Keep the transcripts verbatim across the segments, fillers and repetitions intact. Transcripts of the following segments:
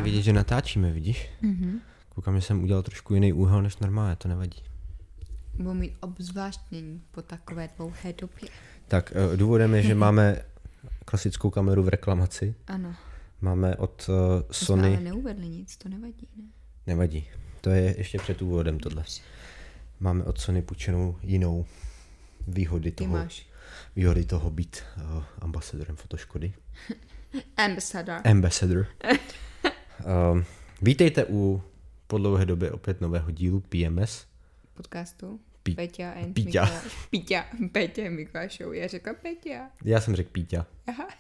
vidět, že natáčíme, vidíš? Mm-hmm. Koukám, že jsem udělal trošku jiný úhel než normálně, to nevadí. Budu mít obzvláštnění po takové dlouhé době. Tak důvodem je, že máme klasickou kameru v reklamaci. Ano. Máme od uh, Sony... To jsme ale neuvedli nic, to nevadí, ne? Nevadí. To je ještě před úvodem tohle. Máme od Sony půjčenou jinou výhody toho, máš. výhody toho být uh, ambasadorem Fotoškody. Ambassador. Ambassador. um, vítejte u po dlouhé době opět nového dílu P M S. Podcastu. Pí- Peťa and Píťa. Mikuláš. Píťa. Peťa a Mikulášou. Já řekla Peťa. Já jsem řekl Píťa. Aha.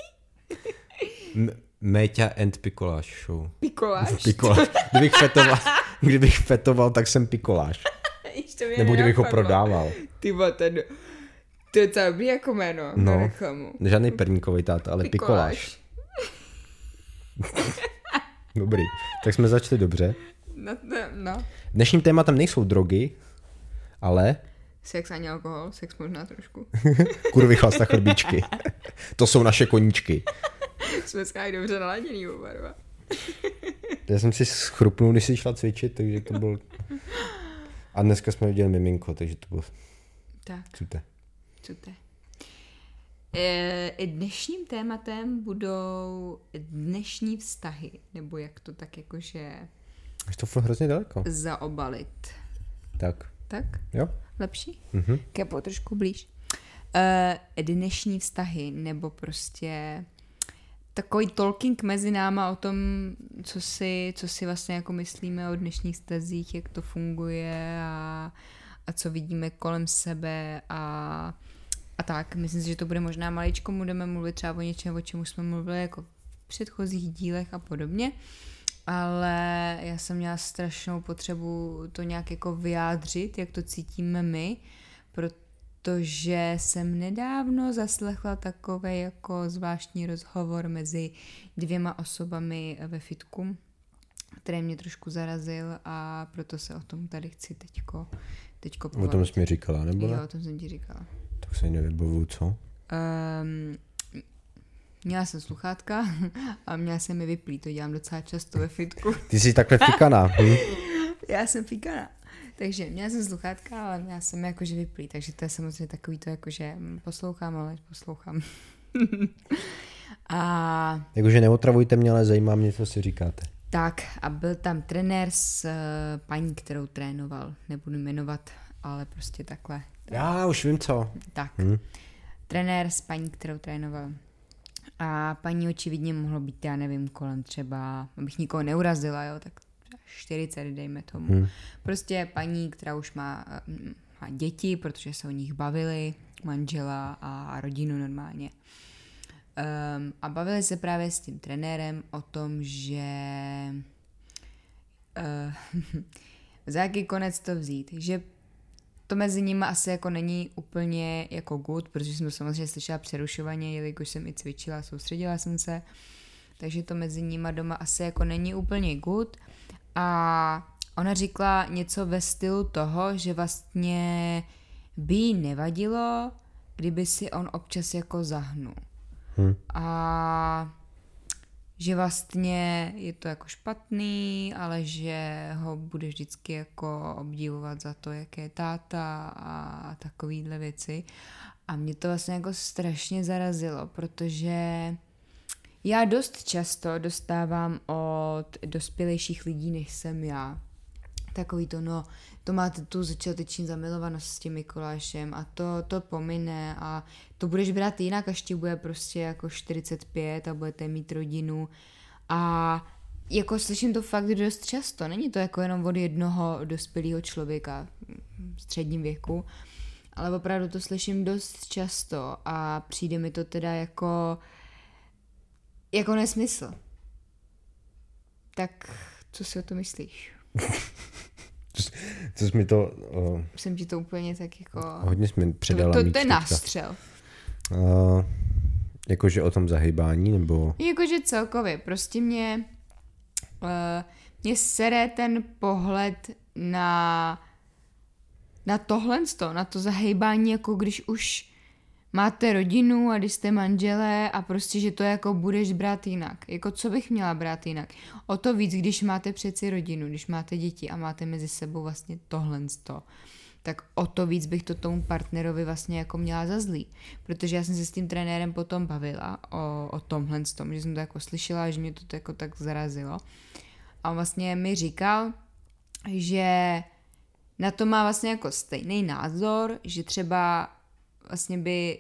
M- Méťa and Pikoláš show. Pikoláš. Pikoláš. Kdybych fetoval, kdybych fetoval, tak jsem Pikoláš. Nebo kdybych ho prodával. Ty vole, ten... To je docela dobrý jako jméno No. na reklamu. Žádný perníkový táta, ale Pikoláš. Dobrý. Tak jsme začali dobře. No, no, no. Dnešním tématem nejsou drogy, ale... Sex ani alkohol, sex možná trošku. Kurvy, chlasta, chrbíčky. To jsou naše koníčky. Jsme skvělý dobře naladěný oba dva. Já jsem si schrupnul, když jsi šla cvičit, takže to byl... A dneska jsme viděli miminko, takže to bylo... Tak. Cute. Cute. E, dnešním tématem budou dnešní vztahy, nebo jak to tak jakože... Až to bylo hrozně daleko. Zaobalit. Tak. Tak? Jo? Lepší? Mhm. Kepo trošku blíž. E, dnešní vztahy, nebo prostě takový talking mezi náma o tom, co si, co si vlastně jako myslíme o dnešních vztazích, jak to funguje a, a co vidíme kolem sebe a, a tak. Myslím si, že to bude možná maličko, budeme mluvit třeba o něčem, o čem už jsme mluvili jako v předchozích dílech a podobně, ale já jsem měla strašnou potřebu to nějak jako vyjádřit, jak to cítíme my, protože jsem nedávno zaslechla takový jako zvláštní rozhovor mezi dvěma osobami ve fitku, který mě trošku zarazil a proto se o tom tady chci teďko, teďko povědět. O tom jsi mi říkala, nebo ne? Jo, o tom jsem ti říkala. Tak se nevybavuju, co? Um, měla jsem sluchátka a měla jsem mi vyplý, to dělám docela často ve fitku. Ty jsi takhle fikaná. Hm? Já jsem fikaná. Takže měla jsem sluchátka, ale měla jsem jakože vyplý, takže to je samozřejmě takový to jakože poslouchám, ale poslouchám. a... Jakože neotravujte mě, ale zajímá mě, co si říkáte. Tak a byl tam trenér s uh, paní, kterou trénoval, nebudu jmenovat, ale prostě takhle. Já už vím co. Tak, Hm. trenér s paní, kterou trénoval. A paní očividně mohlo být, já nevím, kolem třeba, abych nikoho neurazila, jo, tak čtyřicet, dejme tomu. Hmm. Prostě paní, která už má, má děti, protože se o nich bavili, manžela a rodinu normálně. Um, a bavili se právě s tím trenérem o tom, že uh, za jaký konec to vzít, že to mezi nimi asi jako není úplně jako good, protože jsem to samozřejmě slyšela přerušovaně, jelikož jsem i cvičila, soustředila jsem se, takže to mezi nima doma asi jako není úplně good. A ona říkala něco ve stylu toho, že vlastně by jí nevadilo, kdyby si on občas jako zahnul. Hmm. A že vlastně je to jako špatný, ale že ho bude vždycky jako obdivovat za to, jak je táta a takovýhle věci. A mě to vlastně jako strašně zarazilo, protože já dost často dostávám od dospělejších lidí, než jsem já. Takový to, no, to máte tu začáteční zamilovanost s tím Mikulášem a to, to pomine a to budeš brát jinak, až ti bude prostě jako čtyřicet pět a budete mít rodinu. A jako slyším to fakt dost často. Není to jako jenom od jednoho dospělého člověka v středním věku, ale opravdu to slyším dost často a přijde mi to teda jako jako nesmysl. Tak co si o to myslíš? Co jsi mi to... Uh, Jsem ti to úplně tak jako... hodně jsi mi předala. To, to, to je nástřel. Uh, jakože o tom zahybání, nebo... Jakože celkově, prostě mě... Uh, mě sere ten pohled na... na tohle, na to zahybání, jako když už máte rodinu a když jste manželé a prostě, že to jako budeš brát jinak. Jako co bych měla brát jinak? O to víc, když máte přeci rodinu, když máte děti a máte mezi sebou vlastně tohle sto, tak o to víc bych to tomu partnerovi vlastně jako měla za zlý. Protože já jsem se s tím trenérem potom bavila o, o tomhle tom, že jsem to jako slyšela, že mě to jako tak zarazilo. A on vlastně mi říkal, že na to má vlastně jako stejný názor, že třeba vlastně by,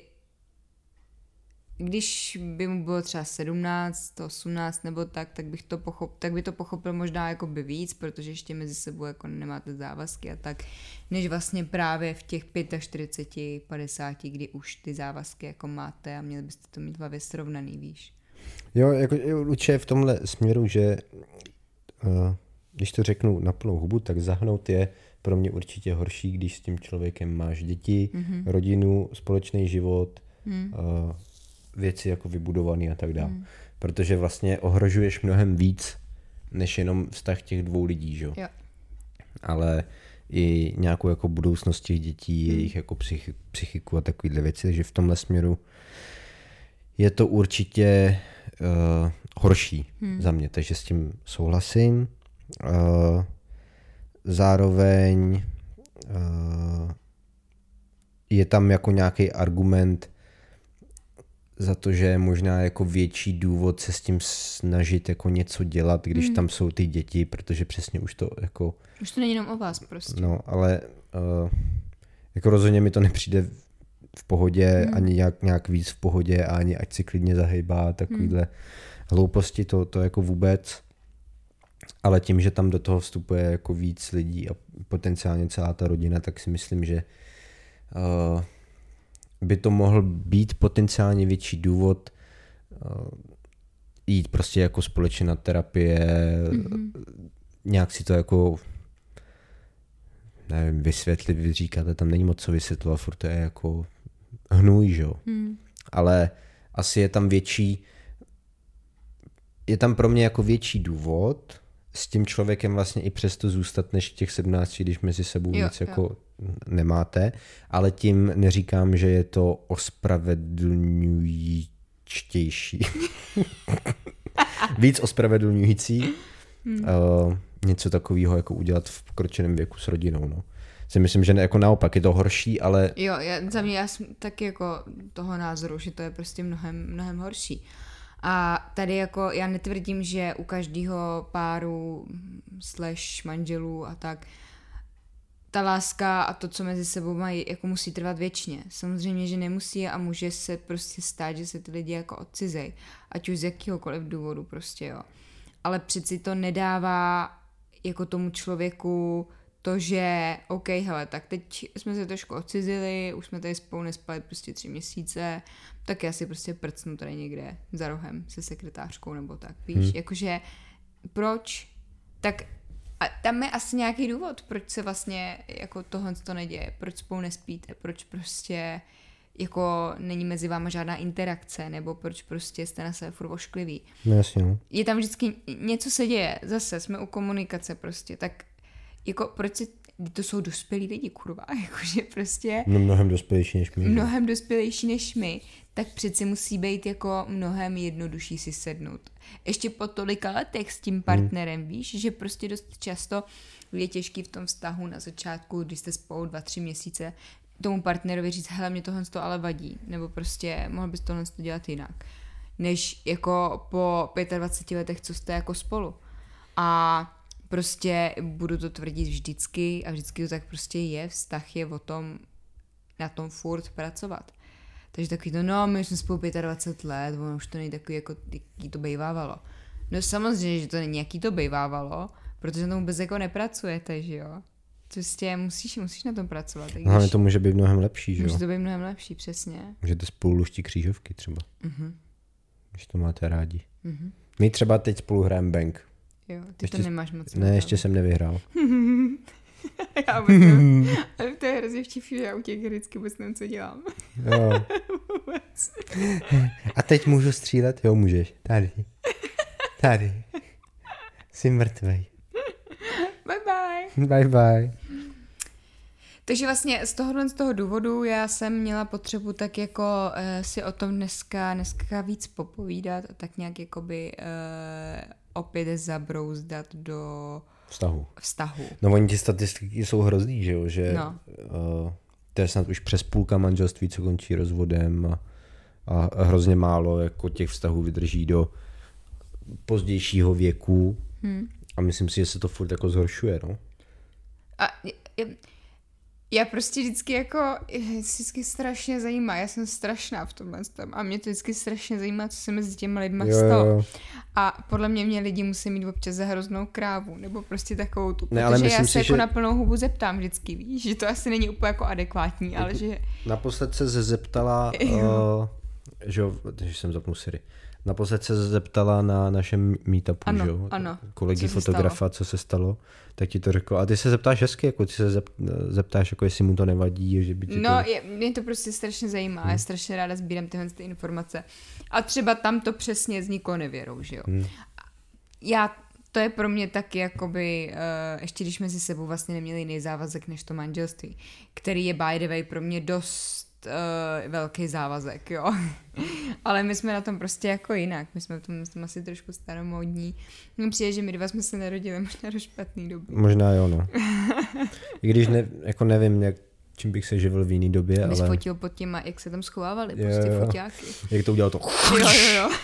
když by mu bylo třeba sedmnáct, osmnáct nebo tak, tak, bych to pochop, tak by to pochopil možná jako by víc, protože ještě mezi sebou jako nemáte závazky a tak, než vlastně právě v těch čtyřicet pět, padesát, kdy už ty závazky jako máte a měli byste to mít v hlavě srovnaný, víš. Jo, jako určitě v tomhle směru, že uh, když to řeknu na plnou hubu, tak zahnout je pro mě určitě horší, když s tím člověkem máš děti, mm-hmm. rodinu, společný život, mm. uh, věci jako vybudovaný a tak dále. Mm. Protože vlastně ohrožuješ mnohem víc, než jenom vztah těch dvou lidí, že? Jo. Ale i nějakou jako budoucnost těch dětí, mm. jejich jako psych, psychiku a takovýhle věci, takže v tomhle směru je to určitě uh, horší mm. za mě, takže s tím souhlasím. Uh, zároveň uh, je tam jako nějaký argument za to, že je možná jako větší důvod se s tím snažit jako něco dělat, když mm. tam jsou ty děti, protože přesně už to jako... Už to není jenom o vás prostě. No, ale uh, jako rozhodně mi to nepřijde v pohodě, mm. ani nějak, nějak víc v pohodě, ani ať si klidně zahejbá takovýhle mm. hlouposti, to, to jako vůbec. Ale tím, že tam do toho vstupuje jako víc lidí a potenciálně celá ta rodina, tak si myslím, že uh, by to mohl být potenciálně větší důvod uh, jít prostě jako společně na terapie, mm-hmm. nějak si to jako nevím, vysvětlit, vy říkáte, tam není moc co vysvětlovat, furt to je jako hnůj, že jo. Mm. Ale asi je tam větší, je tam pro mě jako větší důvod s tím člověkem vlastně i přesto zůstat než těch sedmnácti, když mezi sebou jo, nic jo. jako nemáte, ale tím neříkám, že je to ospravedlňujíčtější. Víc ospravedlňující hmm. uh, něco takového jako udělat v pokročilém věku s rodinou, no. Si myslím, že ne, jako naopak je to horší, ale... Jo, já, za mě já jsem taky jako toho názoru, že to je prostě mnohem, mnohem horší. A tady jako já netvrdím, že u každého páru slash manželů a tak ta láska a to, co mezi sebou mají, jako musí trvat věčně. Samozřejmě, že nemusí a může se prostě stát, že se ty lidi jako odcizej. Ať už z jakýhokoliv důvodu prostě, jo. Ale přeci to nedává jako tomu člověku to, že OK, hele, tak teď jsme se trošku odcizili, už jsme tady spolu nespali prostě tři měsíce, tak já si prostě prcnu tady někde za rohem se sekretářkou nebo tak, víš, hmm. jakože proč, tak a tam je asi nějaký důvod, proč se vlastně jako tohle to neděje, proč spolu nespíte, proč prostě jako není mezi váma žádná interakce, nebo proč prostě jste na sebe furt oškliví. No, jasně, no. Je tam vždycky, něco se děje, zase jsme u komunikace prostě, tak jako proč si, to jsou dospělí lidi, kurva, jakože prostě... No, mnohem dospělejší než my. Mnohem dospělejší než my, tak přeci musí být jako mnohem jednodušší si sednout. Ještě po tolika letech s tím partnerem, hmm. víš, že prostě dost často je těžký v tom vztahu na začátku, když jste spolu dva, tři měsíce, tomu partnerovi říct, hele, mě tohle to ale vadí, nebo prostě mohl bys tohle to dělat jinak, než jako po dvaceti pěti letech, co jste jako spolu. A prostě budu to tvrdit vždycky a vždycky to tak prostě je, vztah je o tom na tom furt pracovat. Takže takový to, no, my jsme spolu dvacet pět let, ono už to není takový, jako jaký to bejvávalo. No samozřejmě, že to není jaký to bejvávalo, protože na tom vůbec jako nepracujete, že jo. Prostě musíš, musíš na tom pracovat. No, ale to může být mnohem lepší, že jo. Může to být mnohem lepší, přesně. Můžete spolu luštit křížovky třeba. Uh-huh. Když to máte rádi. Uh-huh. My třeba teď spolu hrajeme bank. Jo, ty ještě, to nemáš moc. Ne, ještě jsem nevyhrál. Já vůbec ale to je hrozně vtipný, že já u těch vždycky vůbec nevím, co dělám. Jo. A teď můžu střílet? Jo, můžeš. Tady. Tady. Jsi mrtvej. Bye bye. Bye bye. Takže vlastně z tohohle z toho důvodu já jsem měla potřebu tak jako uh, si o tom dneska, dneska víc popovídat a tak nějak jakoby uh, opět zabrouzdat do Vztahu. vztahu. No oni ty statistiky jsou hrozný, že jo, že No. uh, to je snad už přes půlka manželství, co končí rozvodem a, a hrozně málo jako těch vztahů vydrží do pozdějšího věku Hmm. a myslím si, že se to furt jako zhoršuje, no. A já, já prostě vždycky jako, vždycky strašně zajímá, já jsem strašná v tomhle tom a mě to vždycky strašně zajímá, co se mezi těma lidma Jo, stalo. jo. A podle mě mě lidi musí mít občas za hroznou krávu, nebo prostě takovou tu, Ne, ale protože já myslím se si, jako že- na plnou hubu zeptám vždycky, víš, že to asi není úplně jako adekvátní, ale že... Naposled se zeptala, Jo. uh, že jo, že jsem zapnul Siri. Naposled se zeptala na našem meetupu, Ano, že jo, ano. kolegy Co se fotografa, co se stalo, tak ti to řekl. A ty se zeptáš hezky, jako ty se zep, zeptáš, jako jestli mu to nevadí, že by ti No, to... je, mě to prostě strašně zajímá, hmm. já strašně ráda sbírám tyhle ty informace. A třeba tam to přesně z nikoho nevěrou, že jo. Hmm. Já, to je pro mě taky jakoby, uh, ještě když mezi sebou vlastně neměli jiný závazek než to manželství, který je by the way pro mě dost uh, velký závazek, jo. Ale my jsme na tom prostě jako jinak, my jsme v tom, tom asi trošku staromódní. Mně přijde, že my dva jsme se narodili možná do špatný doby. Možná jo, no. I když ne, jako nevím, jak, čím bych se živil v jiný době, Bys ale fotil pod těma, jak se tam schovávali, Jo, prostě jo. foťáky. jak to udělal to, Jo, jo, jo.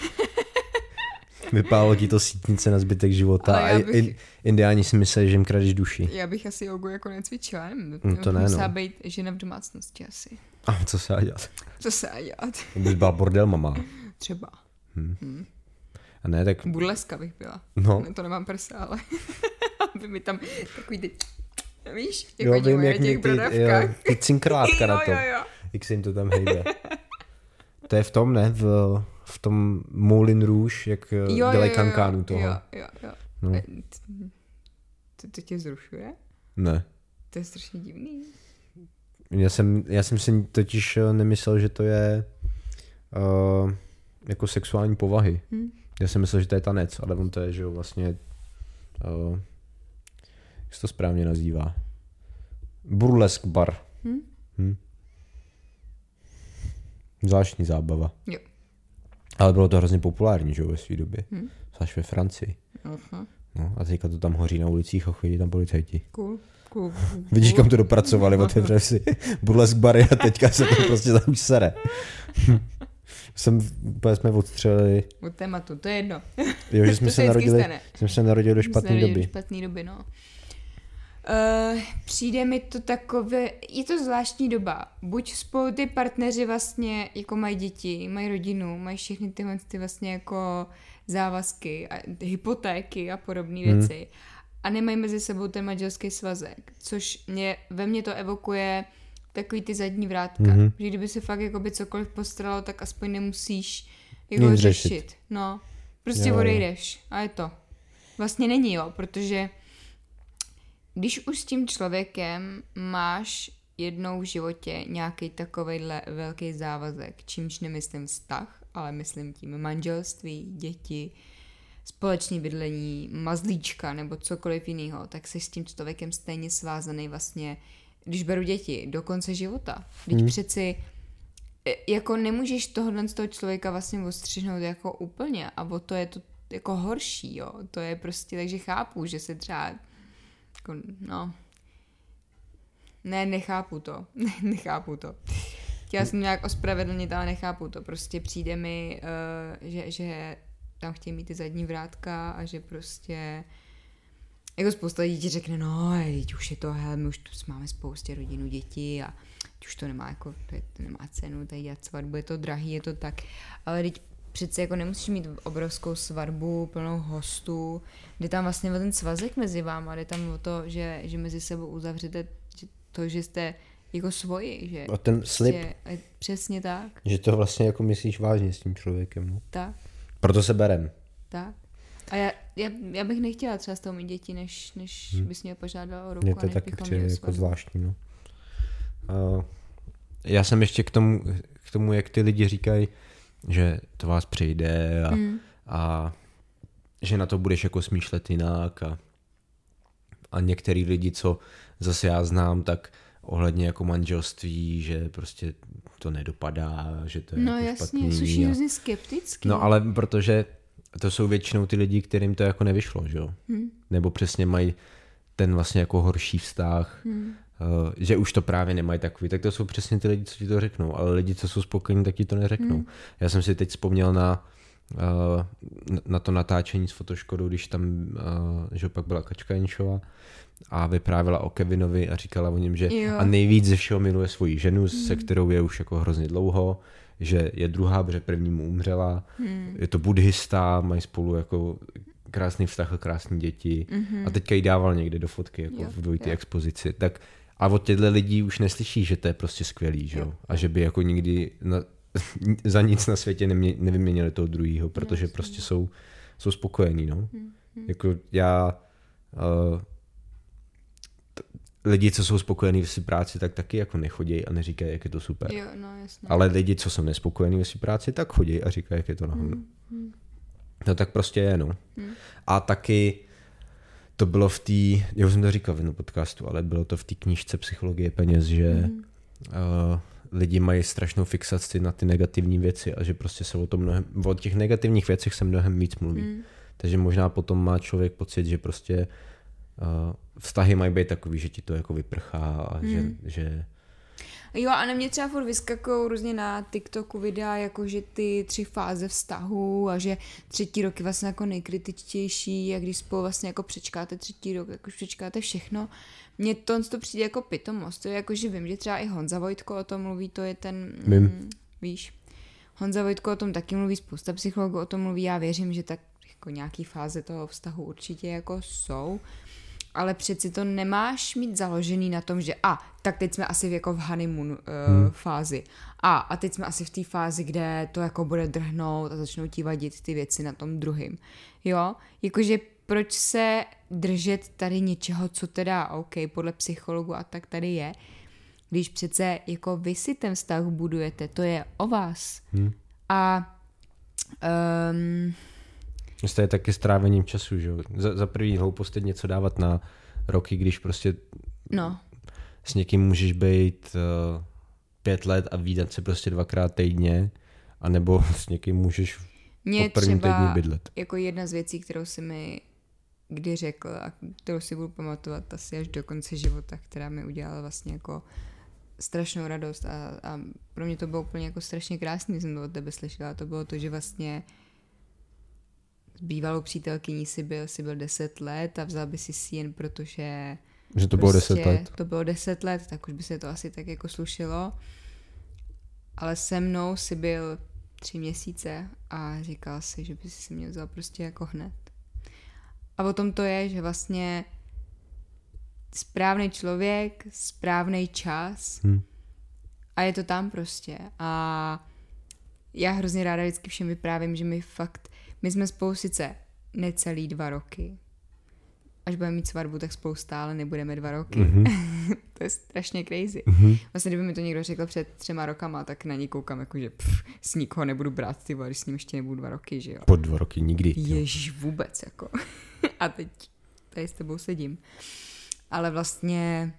vypálilo ti to sítnice na zbytek života Ale a já i- bych- i- indiáni si mysleli, že jim kradeš duši. Já bych asi jogu jako necvičila, nevím. No to ne, Musela no. být žena v domácnosti asi. A co se dá dělat? Co se dá dělat? To bys byla bordel mama. Třeba. A ne, tak Burleska bych byla. no. Ne, to nemám prsa, ale aby mi tam takový ty, víš, jak Jo, chodí vím, moje jak na těch mě ty, jo, bradavkách. ty cinkrátka na Jo, to. jo, jo. Jak se jim to tam hejbe. To je v tom, ne? V, v tom Moulin Rouge, jak Jo, jo, jo, dělají jo, kankánu jo, toho. Jo, jo, jo. No. E, t- To, to tě zrušuje? Ne. To je strašně divný. Já jsem, já jsem si totiž eh, nemyslel, že to je uh, jako sexuální povahy. Hm. Já jsem myslel, že to je tanec, ale on to je, že jo, vlastně uh, jak se to správně nazývá? Burlesk bar. Hm? Hm. Zvláštní zábava. Jo. Ale bylo to hrozně populární, že jo, ve své době. Hm. Zvlášť ve Francii. Aha. No, a teďka to tam hoří na ulicích a chodí tam policajti. Cool. Cool. Vidíš, kam to dopracovali, otevřeli si burlesk bary a teďka se to prostě tam už sere. Jsem, úplně jsme odstřelili, Od tématu, to je jedno. jo, že jsme To se vždycky narodili, stane. jsme se narodili do špatné Jsme doby. Do špatné doby, no. Uh, přijde mi to takové, je to zvláštní doba. Buď spolu ty partneři vlastně jako mají děti, mají rodinu, mají všechny tyhle ty vlastně jako závazky, a hypotéky a podobné Hmm. věci. A nemají mezi sebou ten manželský svazek, což mě, ve mně to evokuje takový ty zadní vrátka. Mhm. Že kdyby se fakt jakoby cokoliv postaralo, tak aspoň nemusíš jako Nic řešit. řešit. No, prostě Jo, jo. odejdeš a je to. Vlastně není, jo, protože když už s tím člověkem máš jednou v životě nějaký takovejhle velký závazek, čímž nemyslím vztah, ale myslím tím manželství, děti, společné bydlení, mazlíčka nebo cokoliv jiného, tak jsi s tím člověkem stejně svázaný vlastně, když beru děti, do konce života. Když Hmm. přeci e, jako nemůžeš tohohle z toho člověka vlastně ostřihnout jako úplně a o to je to jako horší, jo. To je prostě, takže chápu, že se třeba jako, no ne, nechápu to. nechápu to. Chtěla jsem nějak ospravedlnit, ale nechápu to. Prostě přijde mi, uh, že, že tam chtějí mít ty zadní vrátka a že prostě jako spousta lidí ti řekne, no, teď už je to, hele, my už tu máme spoustě rodinu, dětí a už to nemá jako, to, je, to nemá cenu, tady dělat svatbu, je to drahý, je to tak, ale teď přece jako nemusíš mít obrovskou svatbu, plnou hostů, jde tam vlastně o ten svazek mezi váma, jde tam o to, že, že mezi sebou uzavřete to, že jste jako svoji, že A ten slib, prostě, přesně tak, že to vlastně jako myslíš vážně s tím člověkem. No. tak, Proto se berem. tak. A já, já, já bych nechtěla třeba z toho mít děti, než, než Hmm. bys mě požádala o ruku Mně a to než taky bychom přijde měli jako svatbu. zvláštní. No. Uh, já jsem ještě k tomu, k tomu, jak ty lidi říkají, že to vás přijde a, Mm. a že na to budeš jako smýšlet jinak a, a některý lidi, co zase já znám, tak ohledně jako manželství, že prostě to nedopadá, že to je no jako jasně, špatný. jsou všichni hrozně skeptický. No ale protože to jsou většinou ty lidi, kterým to jako nevyšlo, že jo? Hmm. Nebo přesně mají ten vlastně jako horší vztah, hmm. uh, že už to právě nemají takový, tak to jsou přesně ty lidi, co ti to řeknou, ale lidi, co jsou spokojení, tak ti to neřeknou. Hmm. Já jsem si teď vzpomněl na, uh, na to natáčení s Fotoškodou, když tam, uh, že pak byla Kačka Jenčová a vyprávěla o Kevinovi a říkala o něm, že jo. A nejvíc ze všeho miluje svoji ženu, hmm. se kterou je už jako hrozně dlouho, že je druhá, protože první mu umřela, hmm. je to buddhista, mají spolu jako krásný vztah a krásný děti mm-hmm. a teďka jí dával někde do fotky jako jo, v dvojité expozici. Tak a od těchto lidí už neslyší, že to je prostě skvělý, že jo? A že by jako nikdy na, za nic na světě nemě, nevyměnili toho druhýho, protože jo, prostě jsou, jsou spokojení, no. Mm-hmm. Jako já uh, t- lidi, co jsou spokojení ve své práci, tak taky jako nechodí a neříkají, jak je to super. Jo, no, jasně. Ale lidi, co jsou nespokojení ve své práci, tak chodí a říkají, jak je to na hovno. Mm-hmm. No tak prostě je, no. Hmm. A taky to bylo v té, já už jsem to říkal v jednom podcastu, ale bylo to v té knížce Psychologie peněz, že hmm. uh, lidi mají strašnou fixaci na ty negativní věci a že prostě se o tom mnohem, o těch negativních věcech se mnohem víc mluví. Hmm. Takže možná potom má člověk pocit, že prostě uh, vztahy mají být takový, že ti to jako vyprchá a hmm. že, že Jo, a na mě třeba furt vyskakují různě na TikToku videa, jako že ty tři fáze vztahu a že třetí rok je vlastně jako nejkritičtější a když spolu vlastně jako přečkáte třetí rok, jako přečkáte všechno. Mně to, to přijde jako pitomost, to je jako, že vím, že třeba i Honza Vojtko o tom mluví, to je ten, mm, víš, Honza Vojtko o tom taky mluví, spousta psychologů o tom mluví, já věřím, že tak jako nějaký fáze toho vztahu určitě jako jsou. Ale přeci to nemáš mít založený na tom, že a, tak teď jsme asi v jako v honeymoon uh, hmm. fázi. A, a teď jsme asi v té fázi, kde to jako bude drhnout a začnou ti vadit ty věci na tom druhým. Jo? Jakože proč se držet tady něčeho, co teda, OK, podle psychologu a tak tady je, když přece jako vy si ten vztah budujete, to je o vás. Hmm. A um, to je taky strávením času, že jo. Za, za první hloupost je něco dávat na roky, když prostě no. s někým můžeš být uh, pět let a vídat se prostě dvakrát týdně, anebo s někým můžeš po prvním týdni bydlet. Jako jedna z věcí, kterou si mi kdy řekl a kterou si budu pamatovat asi až do konce života, která mi udělala vlastně jako strašnou radost a, a pro mě to bylo úplně jako strašně krásný, když jsem to od tebe slyšela. To bylo to, že vlastně s bývalou přítelkyní si byl, si byl deset let a vzal by si si jen protože že to bylo prostě deset let. To bylo deset let, tak už by se to asi tak jako slušilo. Ale se mnou si byl tři měsíce a říkal si, že by si si mě vzal prostě jako hned. A o tom to je, že vlastně správný člověk, správný čas hmm. a je to tam prostě. A já hrozně ráda vždycky všem vyprávím, že my fakt, my jsme spolu sice necelý dva roky. Až budeme mít svatbu, tak spolu stále nebudeme dva roky. Mm-hmm. To je strašně crazy. Mm-hmm. Vlastně, kdyby mi to někdo řekl před třema rokama, tak na ní koukám jako, že pff, s nikoho nebudu brát, ty vole, když s ním ještě nebudu dva roky, že jo. Po dva roky nikdy. Ježíš, vůbec, jako. A teď tady s tebou sedím. Ale vlastně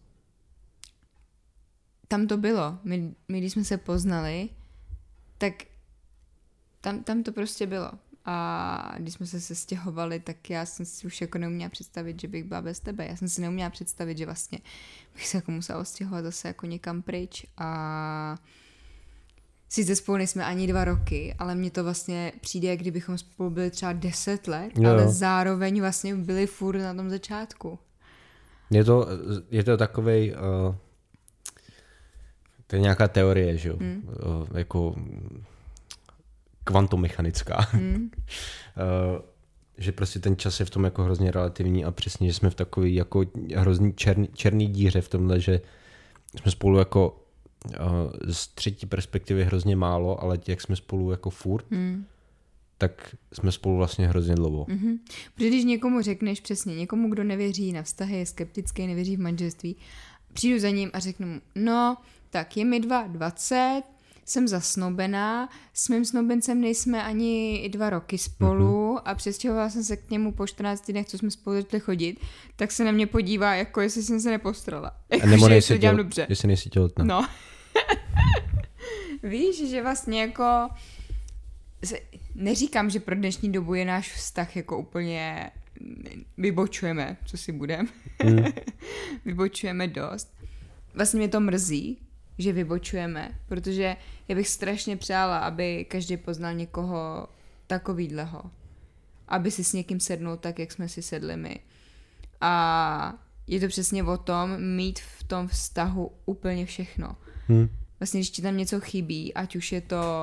tam to bylo. My, my když jsme se poznali, tak tam, tam to prostě bylo. A když jsme se sestěhovali, tak já jsem si už jako neuměla představit, že bych byla bez tebe. Já jsem si neuměla představit, že vlastně bych se jako musela odstěhovat zase jako někam pryč. A sice spolu nejsme ani dva roky, ale mně to vlastně přijde, jak kdybychom spolu byli třeba deset let, jo. Ale zároveň vlastně byli furt na tom začátku. Je to, je to takovej, uh, to je nějaká teorie, že jo, hmm. uh, jako kvantomechanická, hmm. uh, že prostě ten čas je v tom jako hrozně relativní a přesně, že jsme v takový jako hrozný černý, černý díře v tomhle, že jsme spolu jako uh, z třetí perspektivy hrozně málo, ale jak jsme spolu jako furt, hmm. tak jsme spolu vlastně hrozně dlouho. Mm-hmm. Protože když někomu řekneš přesně, někomu, kdo nevěří na vztahy, je skeptický, nevěří v manželství, přijdu za ním a řeknu mu, no, tak je mi dva dvacet, jsem zasnoubená, s mým snoubencem nejsme ani dva roky spolu mm-hmm. a přestěhovala jsem se k němu po čtrnácti dnech, co jsme spolu začali chodit, tak se na mě podívá, jako jestli jsem se nepostrala. Jako, nebo že to dělám těl, dobře. Jestli nejsi těhotná. No. Víš, že vlastně jako neříkám, že pro dnešní dobu je náš vztah jako úplně vybočujeme, co si budem. Mm. Vybočujeme dost. Vlastně mě to mrzí, že vybočujeme, protože já bych strašně přála, aby každý poznal někoho takovýhleho. Aby si s někým sednul tak, jak jsme si sedli my. A je to přesně o tom mít v tom vztahu úplně všechno. Hmm. Vlastně, když ti tam něco chybí, ať už je to...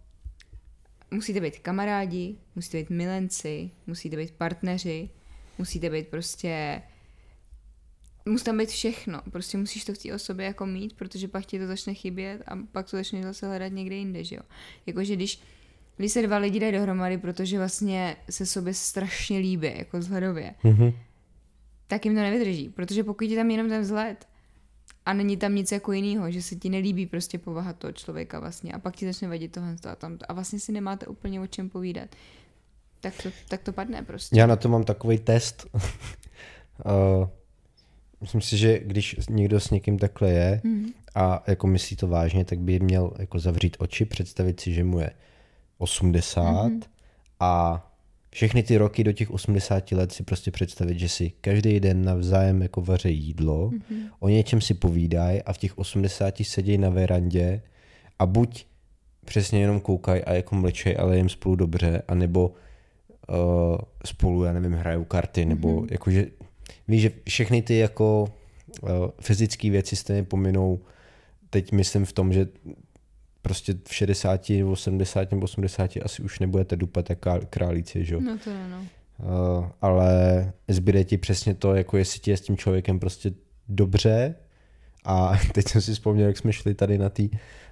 Musíte být kamarádi, musíte být milenci, musíte být partneři, musíte být prostě... Musí tam být všechno. Prostě musíš to v té osobě jako mít, protože pak ti to začne chybět a pak to začneš zase hledat někde jinde, že jo. Jakože když, když se dva lidi dají dohromady, protože vlastně se sobě strašně líbí, jako vzhledově, mm-hmm. tak jim to nevydrží, protože pokud je tam jenom ten vzhled a není tam nic jako jinýho, že se ti nelíbí prostě povaha toho člověka vlastně a pak ti začne vadit tohle a tam a vlastně si nemáte úplně o čem povídat, tak to, tak to padne prostě. Já na to mám takový test. uh... Myslím si, že když někdo s někým takhle je mm. a jako myslí to vážně, tak by měl jako zavřít oči, představit si, že mu je osmdesát mm. a všechny ty roky do těch osmdesáti let si prostě představit, že si každý den navzájem jako vaře jídlo, mm. o něčem si povídají a v těch osmdesáti sedějí na verandě a buď přesně jenom koukají a jako mlčej, ale jim spolu dobře, anebo uh, spolu, já nevím, hrajou karty, nebo mm. jakože víš, že všechny ty jako uh, fyzické věci stejně pominou. Teď myslím v tom, že prostě v šedesáti, osmdesáti nebo osmdesáti asi už nebudete dupat jak králíci, že jo? No to ne, no. Uh, ale zbyde ti přesně to, jako jestli ti je s tím člověkem prostě dobře. A teď jsem si vzpomněl, jak jsme šli tady na té uh,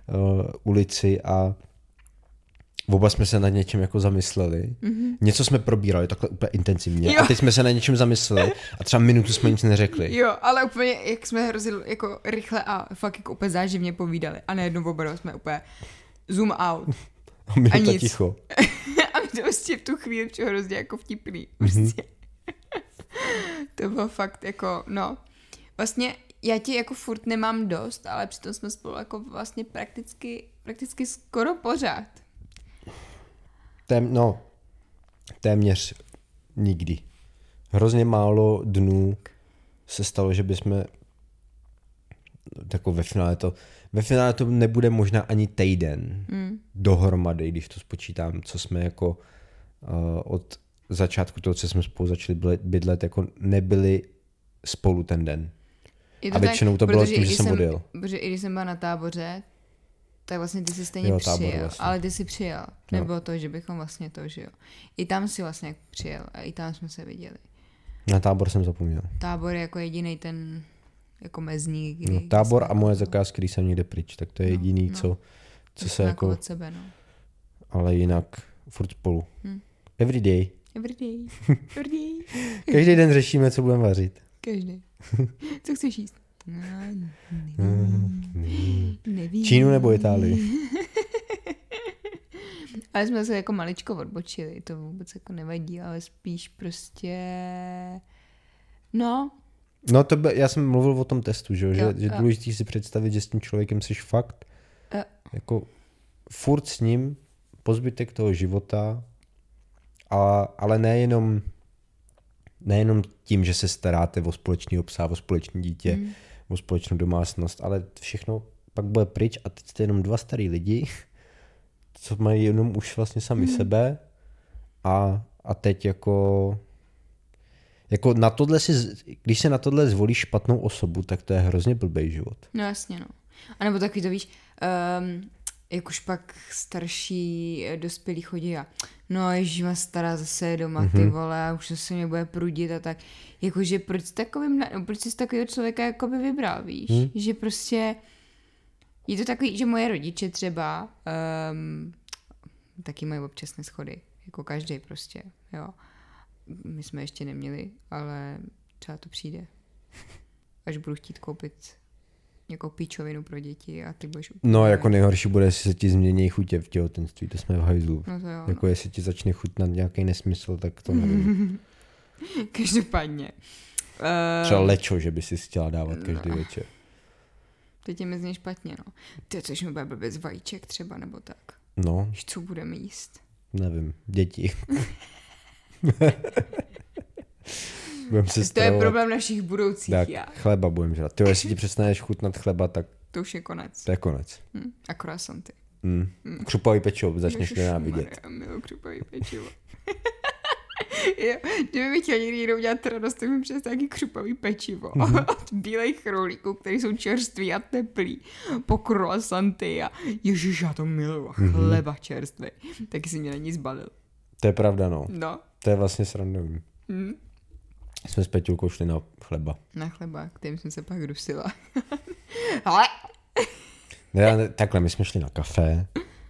ulici a oba jsme se nad něčem jako zamysleli. Mm-hmm. Něco jsme probírali takhle úplně intenzivně. Jo. A teď jsme se na něčem zamysleli a třeba minutu jsme nic neřekli. Jo, ale úplně, jak jsme hrozně jako rychle a fakt jako úplně záživně povídali. A najednou oba jsme úplně zoom out. A my to ticho. A my to prostě v tu chvíli přijde hrozně jako vtipný. Prostě. Mm-hmm. To bylo fakt jako, no. Vlastně já ti jako furt nemám dost, ale přitom jsme spolu jako vlastně prakticky, prakticky skoro pořád. Tém, no, téměř nikdy. Hrozně málo dnů se stalo, že bychom jako ve finále to, ve finále to nebude možná ani týden mm. dohromady, když to spočítám, co jsme jako uh, od začátku toho, co jsme spolu začali bydlet, jako nebyli spolu ten den. A většinou to bylo tím, že jsem odjel. Protože i když jsem byla na táboře, tak vlastně ty jsi stejně jo, přijel, vlastně. Ale ty jsi přijel. Nebylo no. to, že bychom vlastně to, že jo. I tam si vlastně přijel a i tam jsme se viděli. Na tábor jsem zapomněl. Tábor je jako jedinej ten jako mezník. Kdy, no, tábor a moje zakázky, když jsem někde pryč, tak to je no, jediný, no. co, co se jako... od sebe, no. Ale jinak furt spolu. Hmm. Every day. Every day. Every day. Každý den řešíme, co budeme vařit. Každý. Co chceš jíst? No, nevím. nevím. Čínu nebo Itálii? Ale jsme se jako maličko odbočili, to vůbec jako nevadí, ale spíš prostě... No. No to by, já jsem mluvil o tom testu, že, jo, že, že důležitý si představit, že s tím člověkem jsi fakt jo. jako furt s ním po zbytek toho života, a, ale nejenom nejenom tím, že se staráte o společného psa, o společné dítě, mm. o společnou domácnost, ale všechno pak bude pryč a teď jste jenom dva starý lidi, co mají jenom už vlastně sami mm. sebe a, a teď jako jako na tohle si, když se na tohle zvolíš špatnou osobu, tak to je hrozně blbej život. No jasně, no. A nebo takový to víš, um, jak už pak starší dospělí chodí a no ježíš, má stará zase je doma, ty mm-hmm. vole, a už se mě bude prudit a tak. Jakože proč takovým, proč jsi takového člověka jakoby vybral, víš? Mm. Že prostě je to takový, že moje rodiče třeba um, taky mají občas neschody, jako každý prostě, jo. My jsme ještě neměli, ale třeba to přijde. Až budu chtít koupit jako píčovinu pro děti a ty budeš... No, jako nejhorší bude, jestli se ti změní chutě v těhotenství, to jsme v hajzlu. No to jo. Jako no. jestli ti začne chutnat nějaký nesmysl, tak to nevím. Každopádně. Uh, Třeba lečo, že by si chtěla dávat každý no. večer. Teď je mi z něj špatně, no. Ty, což mi bude blbě z vajíček třeba, nebo tak. No. Víš, co budeme jíst? Nevím, děti. budem se to stravovat. je problém našich budoucích tak, já. chleba budem žrat. Ty, jestli ti přestaneš chutnat chleba, tak To už je konec. to je konec. Hm. A croissanty. Mm. Křupový pečivo, začneš nenávidět. Já miluji křupový pečivo. Jo, kdyby mi chtěl někdy někdo udělat radost, tak mi přes taky křupový pečivo. Mm-hmm. Od bílejch rohlíků, které jsou čerství a teplý. Po croissanty a ježiš, já to miluji. Mm-hmm. Chleba čerstvý. Taky si mě na ní zbalil. To je pravda, no. No. To je vlastně srandovní. Mm. Jsme s Peťulkou šli na chleba. Na chleba, kterým jsem se pak dusila. Ale... Ne, takhle, my jsme šli na kafe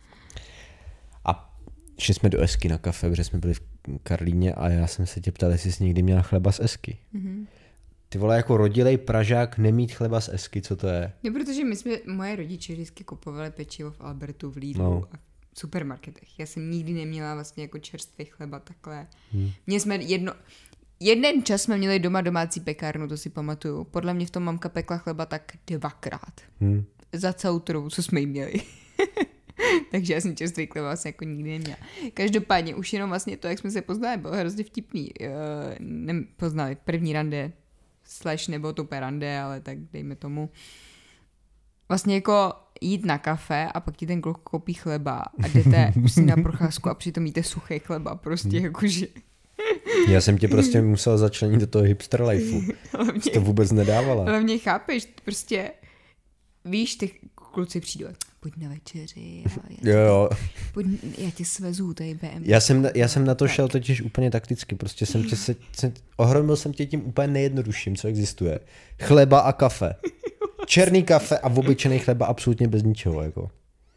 a šli jsme do Esky na kafe, protože jsme byli v Karlíně a já jsem se tě ptal, jestli jsi někdy měla chleba z Esky. Mm-hmm. Ty vole, jako rodilej Pražák nemít chleba z Esky, co to je? No, protože my jsme, moje rodiče vždycky kupovali pečivo v Albertu, v Lidlu no. a v supermarketech. Já jsem nikdy neměla vlastně jako čerstvý chleba takhle. Hmm. Měli jsme jedno... Jeden čas jsme měli doma domácí pekárnu, to si pamatuju. Podle mě v tom mamka pekla chleba tak dvakrát. Hmm. Za celou trhu, co jsme jí měli. Takže já jsem čerstvý chleba vlastně jako nikdy neměla. Každopádně už jenom vlastně to, jak jsme se poznali, bylo hrozně vtipný. Uh, nepoznali první rande, slash nebo to rande, ale tak dejme tomu. Vlastně jako jít na kafe a pak ti ten kluk koupí chleba a jdete prostě na procházku a přitom jíte suchý chleba. Prostě hmm. jakože... Já jsem tě prostě musel začlenit do toho hipster lifeu. Jsi to vůbec nedávala. Ale mě chápeš, prostě víš, ty kluci přijdou, pojď na večeři, já, jo, jo. Pojď, já tě svezu, tady bé em. Já jsem, já jsem na to tak. šel totiž úplně takticky, prostě jsem tě se, jsem, ohromil jsem tě tím úplně nejjednodušším, co existuje. Chleba a kafe. Černý kafe a obyčejný chleba absolutně bez ničeho, jako.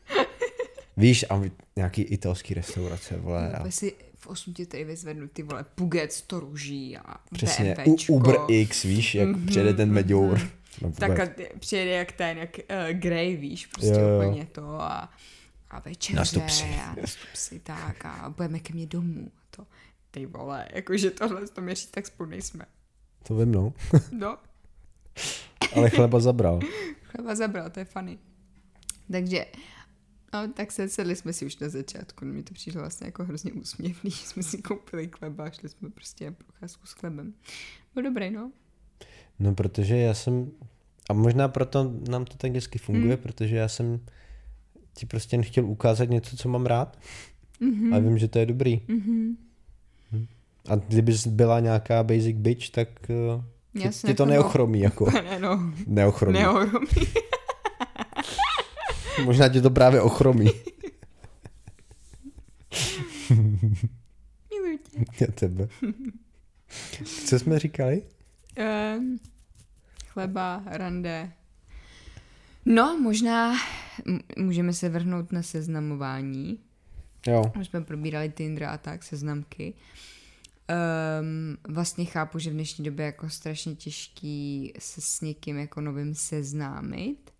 Víš, a nějaký italský restaurace, vole. A... si v osm tě tady vyzvednu ty, vole, Pugec, to růží a přesně, BMWčko. U, Uber X, víš, jak mm-hmm, přijede ten Meďour. Mm-hmm. No, tak a přijede jak ten, jak uh, Grey, víš, prostě jo, úplně to a, a večeře nastup si. a nastup si, tak a budeme ke mně domů. To, ty vole, jakože tohle to mě říct, tak spolu nejsme. To vím, no. No. Ale chleba zabral. Chleba zabral, to je funny. Takže, no, tak se sedli jsme si už na začátku, no, mi to přišlo vlastně jako hrozně úsměvný, jsme si koupili chleba a šli jsme prostě na procházku s chlebem. Byl dobrý, no. No, protože já jsem, a možná proto nám to tak hezky funguje, hmm. protože já jsem ti prostě nechtěl ukázat něco, co mám rád, mm-hmm. a vím, že to je dobrý. Mm-hmm. A kdybys byla nějaká basic bitch, tak uh, ti, ti to neochromí, jako. Ne, no. Neochromí. Neochromí. Možná tě to právě ochromí. Miluji tě. Já tebe. Co jsme říkali? Um, chleba, rande. No, možná m- můžeme se vrhnout na seznamování. Jo. Už jsme probírali Tinder a tak, seznamky. Um, vlastně chápu, že v dnešní době je jako strašně těžký se s někým jako novým seznámit.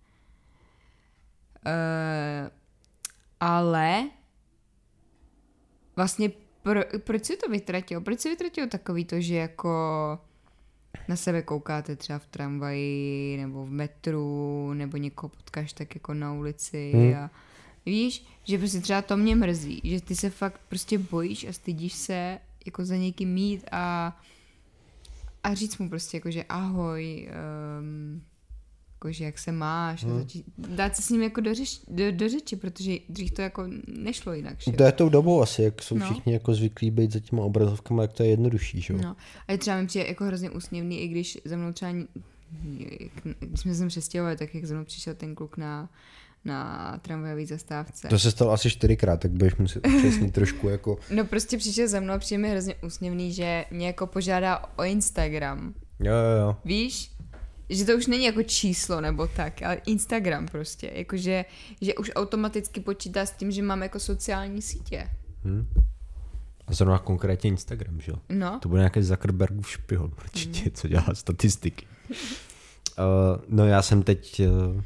Uh, ale vlastně pro, proč si to vytratilo? Proč si vytratilo takový to, že jako na sebe koukáte třeba v tramvaji nebo v metru nebo někoho potkáš tak jako na ulici hmm. a víš, že prostě třeba to mě mrzí, že ty se fakt prostě bojíš a stydíš se jako za někým mít a a říct mu prostě jako, že ahoj, um, jakože jak se máš, hmm. začít, dát se s ním jako do, řeč, do, do řeči, protože dřív to jako nešlo jinak. Že? To je tou dobou asi, jak jsou no. všichni jako zvyklí být za těma obrazovkama, jak to je jednodušší, že jo? No. A je třeba mi přijde jako hrozně úsměvný, i když za mnou třeba, když jsme se přestěhovali, tak jak za mnou přišel ten kluk na, na tramvajové zastávce. To se stalo asi čtyřikrát, tak budeš muset přesnit trošku jako... No prostě přišel za mnou a přijde mi hrozně úsměvný, že mě jako požádá o Instagram. Jo, jo, jo. Víš? Že to už není jako číslo nebo tak, ale Instagram prostě. Jakože, že už automaticky počítá s tím, že mám jako sociální sítě. Hmm. A zrovna konkrétně Instagram, že jo? No. To bude nějaký Zuckerbergův špion určitě, hmm. co dělá statistiky. no já jsem teď, uh,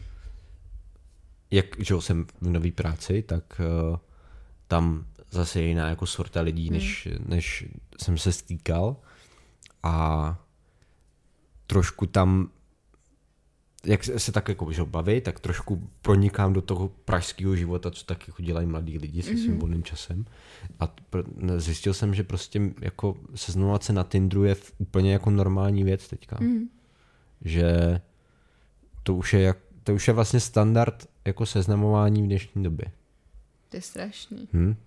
jak že jsem v nový práci, tak uh, tam zase je jiná jako sorta lidí, hmm. než, než jsem se stýkal. A trošku tam, jak se tak jako že baví, tak trošku pronikám do toho pražského života, co tak jako dělají mladí lidi se svým volným časem. A zjistil jsem, že prostě jako seznamovat se na Tinderu je úplně jako normální věc teďka. Mm. Že to už je, jak, to už je vlastně standard jako seznamování v dnešní době. To je strašný. Hmm?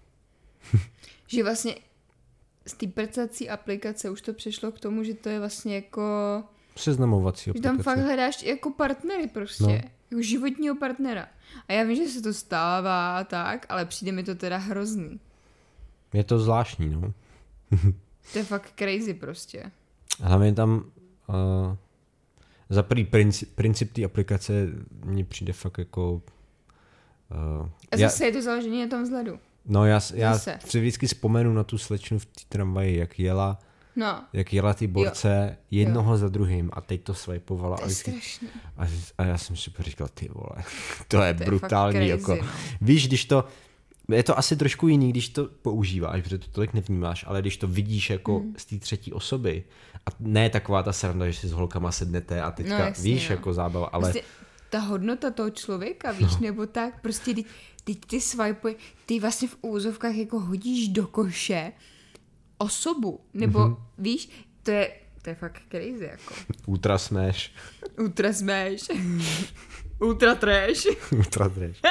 Že vlastně z té prcací aplikace už to přešlo k tomu, že to je vlastně jako... Seznamovací aplikace. Že tam fakt hledáš jako partnery prostě. No. Jako životního partnera. A já vím, že se to stává a tak, ale přijde mi to teda hrozný. Je to zvláštní, no. To je fakt crazy prostě. Hlavně tam uh, za prvý princip, princip té aplikace mně přijde fakt jako... Uh, a zase já, je to založené na tom vzhledu. No já, já si vždycky vzpomenu na tu slečnu v té tramvaji, jak jela, no. jak jela ty borce jo. jednoho jo. za druhým a teď to swipeovala. To je strašný. A, a já jsem si říkal, ty vole, to je to brutální. Je jako. crazy, no. Víš, když to, je to asi trošku jiný, když to používáš, protože to tolik nevnímáš, ale když to vidíš jako hmm. z té třetí osoby a ne taková ta sranda, že si s holkama sednete a teďka, no, jasný, víš, no. jako zábava, ale... Vlastně ta hodnota toho člověka, víš, no. nebo tak, prostě teď, teď ty swipe, ty vlastně v úzovkách jako hodíš do koše osobu, nebo mm-hmm. víš, to je, to je fakt crazy, jako. Ultra smash. Ultra smash. Ultra trash. Ultra trash.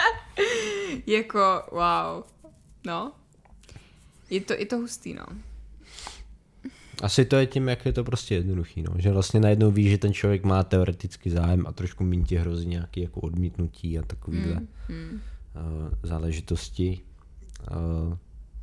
Jako, wow. No. Je to, je to hustý, no. Asi to je tím, jak je to prostě jednoduchý, no. Že vlastně najednou víš, že ten člověk má teoreticky zájem a trošku míň ti hrozí nějaké jako odmítnutí a takovýhle mm, mm. Uh, záležitosti. Uh,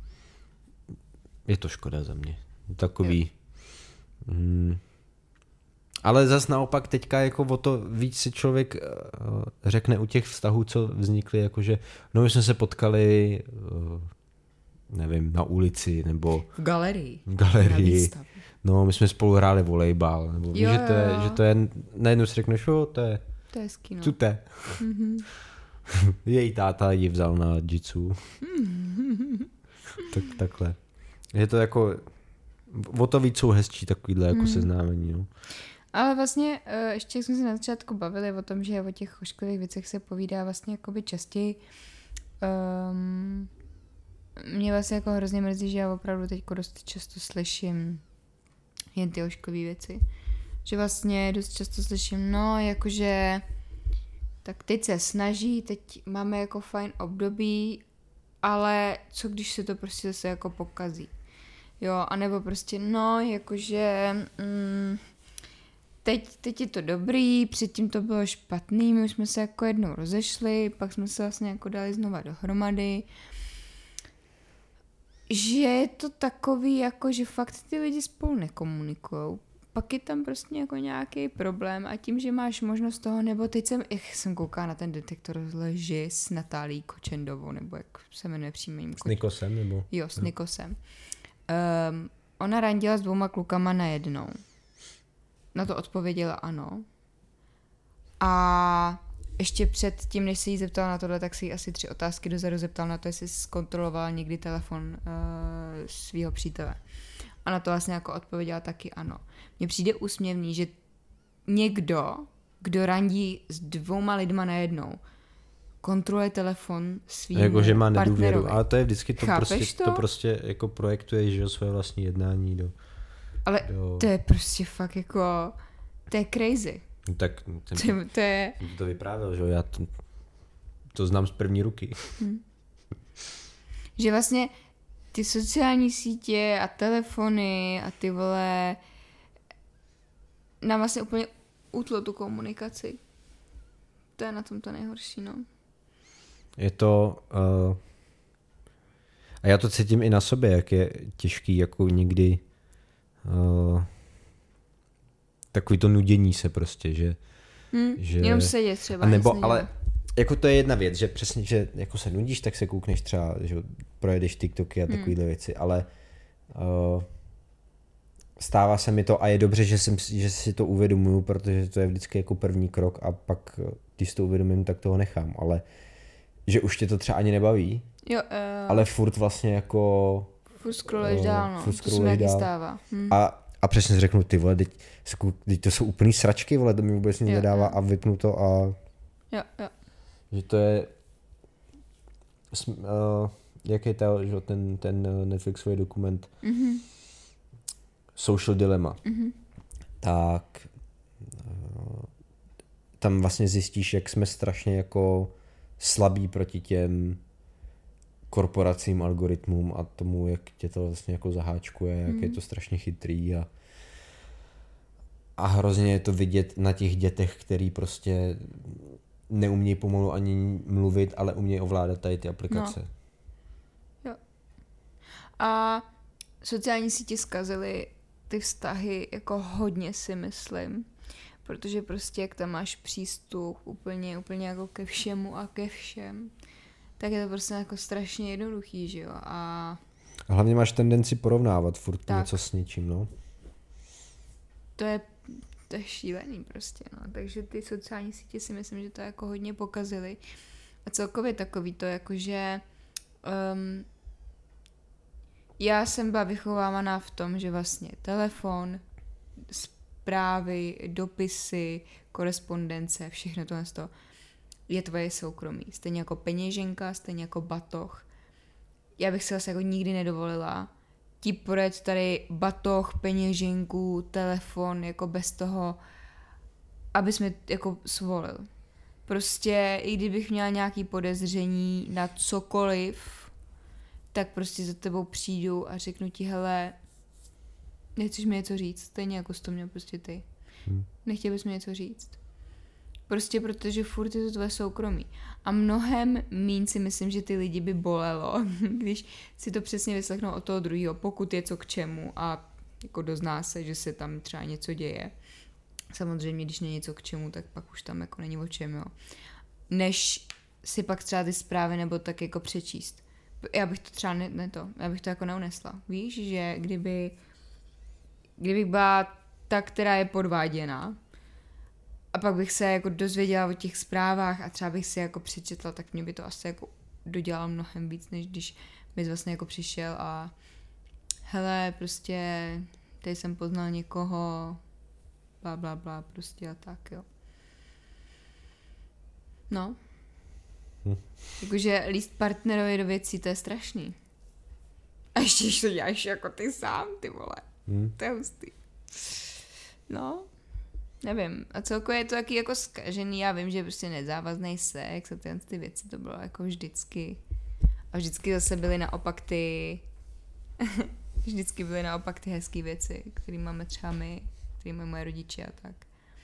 je to škoda za mě. Takový. Mm, ale zas naopak teďka jako o to víc si člověk uh, řekne u těch vztahů, co vznikly, jakože no my jsme se potkali uh, nevím, na ulici, nebo... V galerii. V galerii. No, my jsme spolu hráli volejbal, nebo víš, že to je, že to je, najednou si řekneš, jo, to je... To je hezký, no. Cute. Mm-hmm. Její táta ji vzal na jitsu. Mm-hmm. Tak, takhle. Je to jako... O to víc jsou hezčí takovýhle jako mm. seznámení, no. Ale vlastně, ještě jak jsme se na začátku bavili o tom, že o těch ošklivých věcech se povídá vlastně jakoby častěji. Um, mě vlastně jako hrozně mrzí, že já opravdu teď dost často slyším jen ty ošklivé věci. Že vlastně dost často slyším, no jakože tak teď se snaží, teď máme jako fajn období, ale co když se to prostě zase jako pokazí. Jo, anebo prostě no, jakože mm, teď, teď je to dobrý, předtím to bylo špatný, my už jsme se jako jednou rozešli, pak jsme se vlastně jako dali znova dohromady. Že je to takový, jako že fakt ty lidi spolu nekomunikujou. Pak je tam prostě jako nějaký problém a tím, že máš možnost toho, nebo teď jsem, jak jsem koukala na ten detektor lži s Natálí Kočendovou, nebo jak se jmenuje příjmením. S Nikosem, nebo? Jo, s Nikosem. Um, ona randila s dvouma klukama najednou. Na to odpověděla ano. A ještě před tím, než se jí zeptala na tohle, tak si jí asi tři otázky dozadu zeptal na to, jestli zkontrolovala někdy telefon uh, svého přítele. A na to vlastně jako odpověděla taky ano. Mně přijde úsměvný, že někdo, kdo randí s dvouma lidma najednou, kontroluje telefon svým jako, že má nedůvěru, partnerovi. Ale to je vždycky to prostě, to? to prostě jako projektuje, že své vlastní jednání do... Ale do... to je prostě fakt jako, to je crazy. No tak ten, to, to je... To vyprávěl, že já to, to znám z první ruky. Hmm. Že vlastně ty sociální sítě a telefony a ty vole nám vlastně úplně utlo tu komunikaci. To je na tom to nejhorší, no. Je to... Uh, a já to cítím i na sobě, jak je těžký jako někdy uh, takový to nudění se prostě, že... Hmm, že jenom sedět třeba. A nebo, ale jako to je jedna věc, že přesně, že jako se nudíš, tak se koukneš třeba, že projedeš TikToky a takovýhle hmm. věci, ale uh, stává se mi to a je dobře, že, jsem, že si to uvědomuju, protože to je vždycky jako první krok a pak, když si to uvědomím, tak toho nechám, ale že už tě to třeba ani nebaví, jo, uh, ale furt vlastně jako... Furt scrolluješ dál, no, furt to se mi dál. stává. Hm. A, a přesně si řeknu, ty vole, teď, teď to jsou úplný sračky, vole, to mi vůbec nic jo, nedává jo. a vypnu to a... Jo, jo. Že to je... Uh, jak je to, že ten, ten Netflixový dokument Mm-hmm. Social Dilemma, Mm-hmm. tak uh, tam vlastně zjistíš, jak jsme strašně jako slabí proti těm korporacím, algoritmům a tomu, jak tě to vlastně jako zaháčkuje, jak Mm. je to strašně chytrý a, a hrozně je to vidět na těch dětech, který prostě neumějí pomalu ani mluvit, ale umějí ovládat tady ty aplikace. No. Jo. A sociální sítě zkazily ty vztahy jako hodně, si myslím, protože prostě jak tam máš přístup úplně, úplně jako ke všemu a ke všem, tak je to prostě jako strašně jednoduchý, že jo, a... A hlavně máš tendenci porovnávat furt tak. něco s něčím, no. To je, to je šílený prostě, no, takže ty sociální sítě si myslím, že to jako hodně pokazily a celkově takový to, jakože um, já jsem byla vychovávaná v tom, že vlastně telefon, zprávy, dopisy, korespondence, všechno tohle z toho je tvoje soukromí. Stejně jako peněženka, stejně jako batoh. Já bych si asi jako nikdy nedovolila ti podat tady batoh, peněženku, telefon, jako bez toho, abys mi jako svolil. Prostě i kdybych měla nějaký podezření na cokoliv, tak prostě za tebou přijdu a řeknu ti, hele, nechceš mi něco říct, stejně jako jsi to měl prostě ty. Hmm. Nechtěl bys mi něco říct. Prostě protože furt je to tvoje soukromí. A mnohem míň si myslím, že ty lidi by bolelo, když si to přesně vyslechnou od toho druhého, pokud je co k čemu a jako dozná se, že se tam třeba něco děje. Samozřejmě, když není něco k čemu, tak pak už tam jako není o čem, jo. Než si pak třeba ty zprávy nebo tak jako přečíst. Já bych to třeba ne, ne to, já bych to jako neunesla. Víš, že kdyby kdybych byla ta, která je podváděna a pak bych se jako dozvěděla o těch zprávách a třeba bych si jako přečetla, tak mě by to asi jako dodělalo mnohem víc, než když bys vlastně jako přišel a hele, prostě tady jsem poznal někoho, bla, bla, bla, prostě a tak, jo. No. Hm. Jakože líst partnerovi do věcí, to je strašný. A ještě, když to děláš jako ty sám, ty vole. Hm. To je hustý. No, nevím. A celkově je to taky jako zkažený. Já vím, že prostě nezávazný sex a tyhle ty věci, to bylo jako vždycky. A vždycky zase byly naopak ty... vždycky byly naopak ty hezké věci, které máme třeba my, které mají moje rodiče a tak.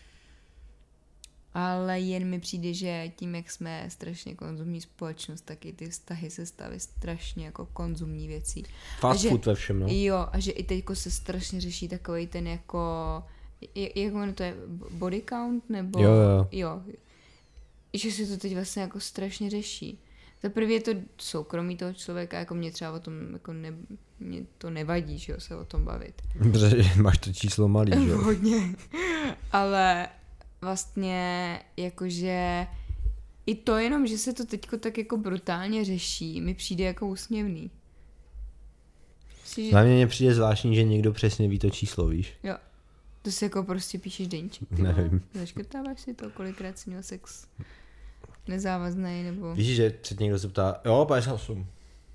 Ale jen mi přijde, že tím, jak jsme strašně konzumní společnost, tak i ty vztahy se staví strašně jako konzumní věcí. Fast že, food ve všem, no. Jo, a že i teďko se strašně řeší takovej ten jako, jak ono to je, body count, nebo... Jo, jo. Jo. Že se to teď vlastně jako strašně řeší. Za prvě je to soukromí toho člověka, jako mě třeba o tom, jako ne, mě to nevadí, že jo, se o tom bavit. Protože máš to číslo malý, že jo. Hodně. Ale vlastně jakože i to jenom, že se to teďko tak jako brutálně řeší, mi přijde jako úsměvný. Myslíš, že... Na mě přijde zvláštní, že někdo přesně ví to číslo, víš? Jo. To si jako prostě píšeš deníček. Nevím. Zaškrtáváš si to, kolikrát jsi měl sex nezávazný, nebo... Víš, že před někdo se ptá, jo, padesát osm.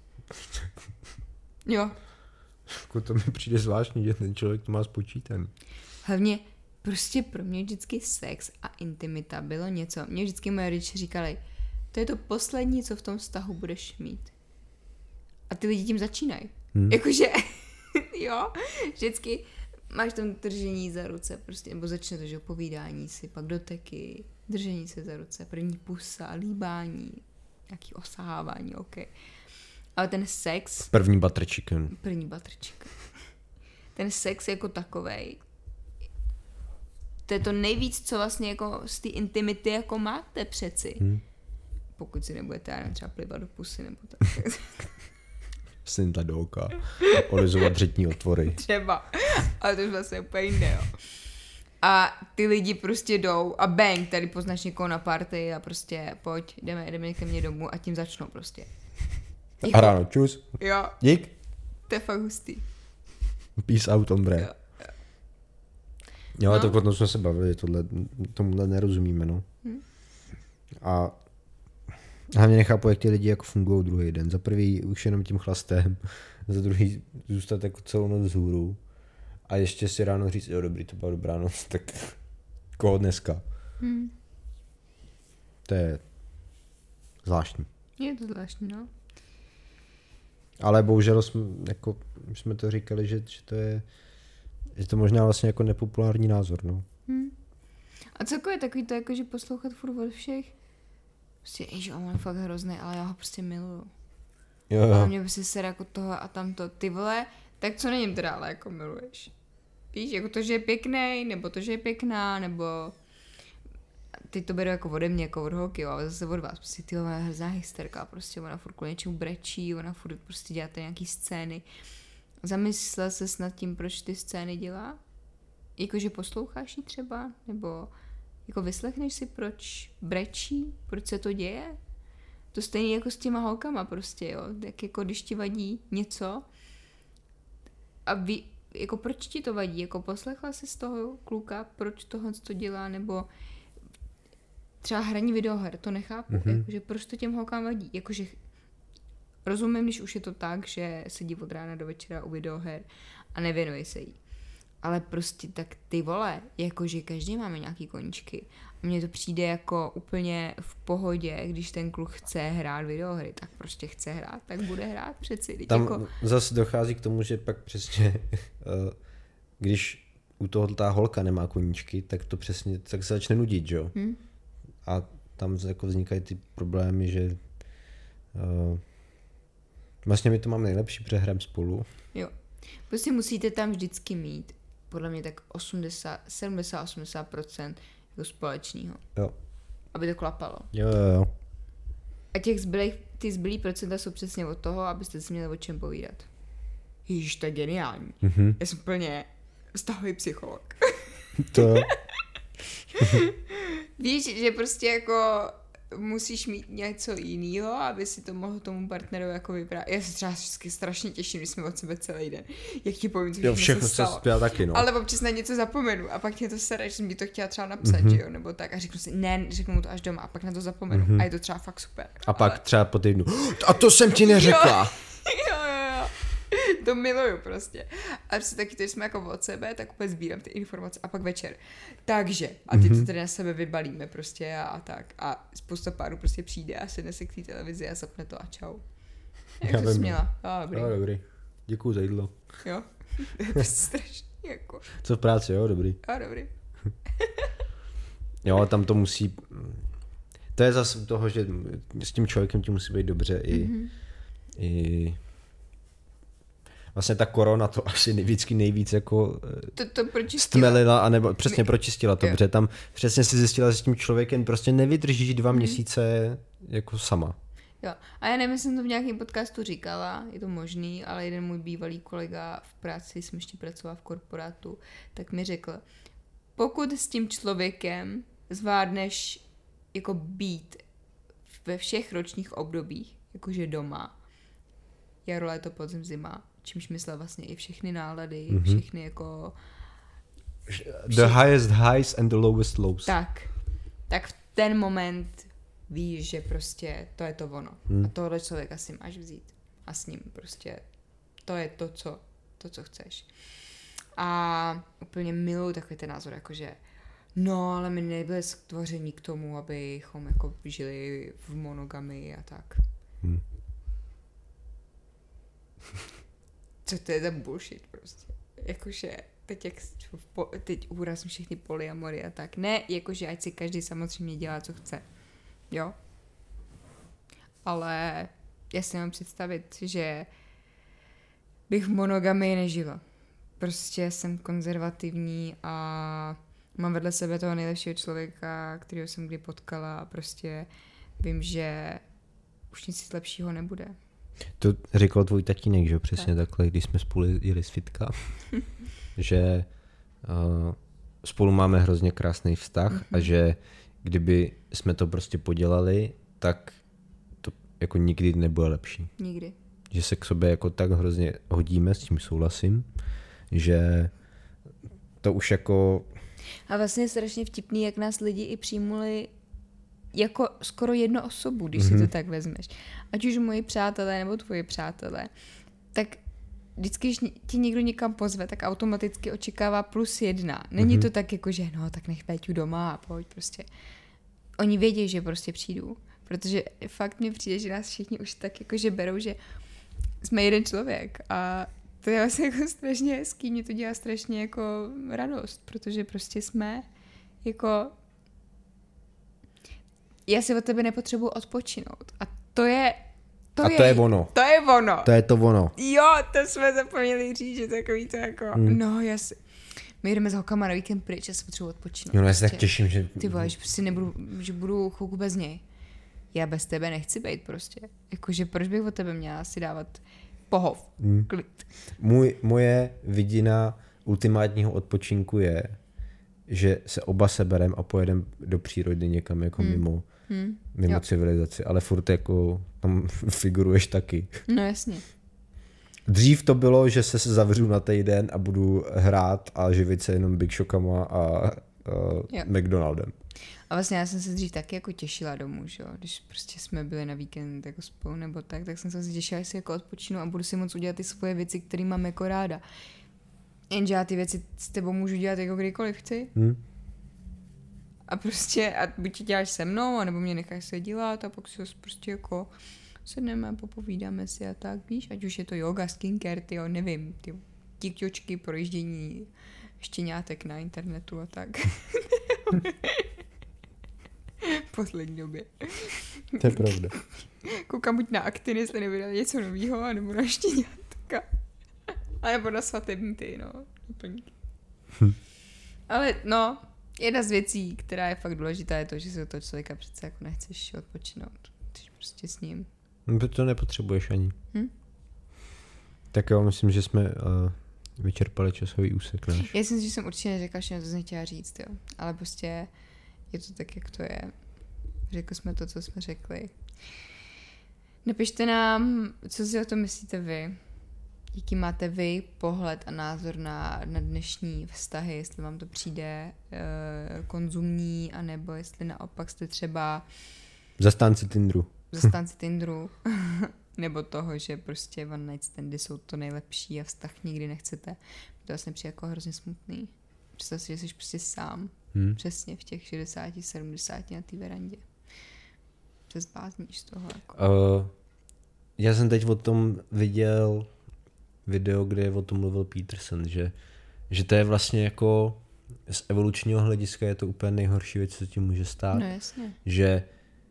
Jo. Jako to mi přijde zvláštní, že ten člověk to má spočítaný. Hlavně prostě pro mě vždycky sex a intimita bylo něco. Mě vždycky moje rodiče říkali, to je to poslední, co v tom vztahu budeš mít. A ty lidi tím začínají. Hmm. Jakože, jo, vždycky máš tam držení za ruce, prostě, nebo začne to, že povídání si, pak doteky, držení se za ruce, první pusa, líbání, nějaký osahávání, ok. Ale ten sex... První butter chicken. První butter chicken. Ten sex jako takovej, to je to nejvíc, co vlastně jako z té intimity jako máte přeci. Hmm. Pokud si nebudete já třeba plivat do pusy nebo tak. Snita do oka. Olizovat řetní otvory. Třeba. Ale to už vlastně úplně jiné, jo. A ty lidi prostě jdou a bang, tady poznáš někoho na party a prostě pojď, jdeme, jdeme ke mně domů a tím začnou prostě. A ráno, čus. Jo. Dík. To je fakt hustý. Peace out, ombre. Jo. Jo, No. tak o tom jsme se bavili, tohle, tomuhle nerozumíme, no. Hm. A hlavně nechápu, jak ti lidi jako fungují druhý den. Za prvý už jenom tím chlastem, za druhý zůstat jako celou noc vzhůru a ještě si ráno říct, jo dobrý, to byla dobrá noc, tak koho dneska? Hm. To je zvláštní. Je to zvláštní, no. Ale bohužel jsme, jako, už jsme to říkali, že, že to je je to možná vlastně jako nepopulární názor, no. Hm. A celkově takový to jako, že poslouchat furt od všech, prostě, ježi, on je fakt hrozný, ale já ho prostě miluju. Jo, Ale jo. mě prostě sere jako toho a tamto, ty vole, tak co na něm teda ale jako miluješ? Víš, jako to, že je pěkný, nebo to, že je pěkná, nebo teď to beru jako ode mě, jako od holky, jo, ale zase od vás, prostě ty ona je hrozná hysterka, prostě ona furt kvůli něčemu brečí, ona furt prostě dělá ty nějaký scény. Zamyslel ses nad tím, proč ty scény dělá? Jakože posloucháš jí třeba? Nebo jako vyslechneš si, proč brečí? Proč se to děje? To stejně jako s těma holkama prostě, jo. Tak jako když ti vadí něco a ví, jako proč ti to vadí? Jako poslechla jsi z toho kluka, proč tohle to dělá? Nebo třeba hraní videoher, to nechápu. Mm-hmm. Jakože proč to těm holkám vadí? Jakože rozumím, když už je to tak, že sedí od rána do večera u videoher a nevěnuje se jí. Ale prostě tak ty vole, jakože každý máme nějaký koníčky. A mně to přijde jako úplně v pohodě, když ten kluk chce hrát videohry, tak prostě chce hrát, tak bude hrát přeci. Tam jako... zase dochází k tomu, že pak přesně, když u toho ta holka nemá koníčky, tak to přesně, tak se začne nudit, jo? Hmm. A tam jako vznikají ty problémy, že uh, vlastně my to máme nejlepší, protože hrajeme spolu. Jo. Prostě musíte tam vždycky mít, podle mě tak osmdesát, sedmdesát osmdesát procent jako společného. Jo. Aby to klapalo. Jo, jo, jo. A těch zbylých, ty zbylý procenta jsou přesně od toho, abyste si měli o čem povídat. Ježiš, to je geniální. Mm-hmm. Já jsem plně vztahový psycholog. To Víš, že prostě jako musíš mít něco jiného, aby si to mohl tomu partnerovi jako vyprávět. Já se třeba vždycky strašně těším, když jsme od sebe celý den. Jak ti povím, co jo, všechno se stalo. Já taky, no. Ale občas na něco zapomenu a pak mě to sere, že jsem mi to chtěla třeba napsat, mm-hmm. že jo, nebo tak a řeknu si, ne, řeknu mu to až doma a pak na to zapomenu mm-hmm. a je to třeba fakt super. A pak ale... třeba po týdnu, a to jsem ti neřekla. Jo, jo, jo. To miluju prostě. A prostě taky, když jsme jako od sebe, tak úplně sbírám ty informace a pak večer. Takže, a teď mm-hmm. to tady na sebe vybalíme prostě a, a tak. A spousta párů prostě přijde a sedne se k té televizi a zapne to a čau. Jak Já to směla? Jo, dobrý. Jo, dobrý. Děkuju za jídlo. Jo, to je prostě strašný jako. Co v práci, jo, dobrý. Jo, dobrý. Jo, tam to musí, to je zase u toho, že s tím člověkem ti musí být dobře i, mm-hmm. i vlastně ta korona to asi vždycky nejvíc jako to, to pročistila. stmelila, anebo přesně My... pročistila to, jo. protože tam přesně si zjistila, že s tím člověkem prostě nevydržíš dva mm. měsíce jako sama. Jo, a já nevím, jsem to v nějakém podcastu říkala, je to možný, ale jeden můj bývalý kolega v práci, jsem ještě pracovala v korporátu, tak mi řekl, pokud s tím člověkem zvládneš jako být ve všech ročních obdobích, jakože doma, jaro, léto, podzim, zima, čímž myslel vlastně i všechny nálady, mm-hmm. všechny jako... The highest highs and the lowest lows. Tak, tak v ten moment víš, že prostě to je to ono. Hmm. A tohle člověka si máš vzít. A s ním prostě to je to, co, to, co chceš. A úplně miluji takový ten názor, jakože no, ale my nebyli stvoření k tomu, abychom jako žili v monogamii a tak. Hmm. Co to je za bullshit prostě? Jakože teď, jak, teď úrazím všechny polyamory a tak. Ne, jakože ať si každý samozřejmě dělá, co chce. Jo? Ale já si mám představit, že bych v monogamii nežila. Prostě jsem konzervativní a mám vedle sebe toho nejlepšího člověka, kterého jsem kdy potkala a prostě vím, že už nic lepšího nebude. To říkal tvůj tatínek, že přesně tak. Takhle, když jsme spolu jeli z fitka, že uh, spolu máme hrozně krásný vztah mm-hmm. a že kdyby jsme to prostě podělali, tak to jako nikdy nebude lepší. Nikdy. Že se k sobě jako tak hrozně hodíme, s tím souhlasím, že to už jako... A vlastně je strašně vtipný, jak nás lidi i přijmuli jako skoro jednu osobu, když mm-hmm. si to tak vezmeš. Ať už moji přátelé nebo tvoji přátelé, tak vždycky, když ti někdo někam pozve, tak automaticky očekává plus jedna. Není mm-hmm. to tak jako, že no, tak nech Péťu doma a pojď prostě. Oni vědí, že prostě přijdu, protože fakt mi přijde, že nás všichni už tak jakože berou, že jsme jeden člověk a to je vlastně jako strašně hezký, mě to dělá strašně jako radost, protože prostě jsme jako já si od tebe nepotřebuji odpočinout a to je to a je, to je ono. To je ono. To je to ono. Jo, to jsme zapomněli říct, že takový to jako, hmm. no já si, my jdeme s holkama na víkend pryč, já si potřebuji odpočinout. Jo, no já se prostě, tak těším, že... Ty vole, že prostě nebudu, že budu chvilku bez něj. Já bez tebe nechci být prostě. Jakože proč bych od tebe měla si dávat pohov, hmm. klid. Můj, moje vidina ultimátního odpočinku je, že se oba seberem a pojedeme do přírody někam jako hmm. mimo, hmm. mimo jo. civilizaci, ale furt jako tam figuruješ taky. No jasně. Dřív to bylo, že se zavřu na týden a budu hrát a živit se jenom Big Shockama a, a McDonaldem. A vlastně já jsem se dřív taky jako těšila domů, že jo? Když prostě jsme byli na víkend jako spolu nebo tak, tak jsem se vlastně těšila, že si jako odpočinu a budu si moc udělat ty svoje věci, které mám jako ráda. Jenže já ty věci s tebou můžu dělat jako kdykoliv chci. Hmm. A prostě, a buď ti děláš se mnou, anebo mě necháš se dělat a pak si prostě jako sedneme, popovídáme si a tak, víš, ať už je to yoga, skincare, tyjo, nevím, ty tiktočky, projíždění štěňátek na internetu a tak. V poslední době. To je pravda. Koukám buď na Actiny, jestli nevydali něco novýho, anebo na štěňátka. A nebo na svatební ty, no, doplňky. Hm. Ale no, jedna z věcí, která je fakt důležitá, je to, že si od toho člověka přece jako nechceš odpočinout. Chceš prostě s ním. No, to nepotřebuješ ani. Hm? Tak jo, myslím, že jsme uh, vyčerpali časový úsek náš. Já si myslím, že jsem určitě neřekla, že to jsem chtěla říct, jo. Ale prostě je to tak, jak to je. Řekli jsme to, co jsme řekli. Napište nám, co si o tom myslíte vy. Jaký máte vy pohled a názor na, na dnešní vztahy, jestli vám to přijde e, konzumní, anebo jestli naopak jste třeba zastánci Tinderu. Zastánci Tinderu. Nebo toho, že prostě one night standy jsou to nejlepší a vztah nikdy nechcete. To vlastně přijde jako hrozně smutný. Představ si, že jsi prostě sám. Hmm. Přesně v těch šedesáti, sedmdesáti na té verandě. Se zbázníš z toho. Jako. Uh, já jsem teď o tom viděl video, kde o tom mluvil Peterson, že, že to je vlastně jako z evolučního hlediska je to úplně nejhorší věc, co ti může stát. No jasně. Že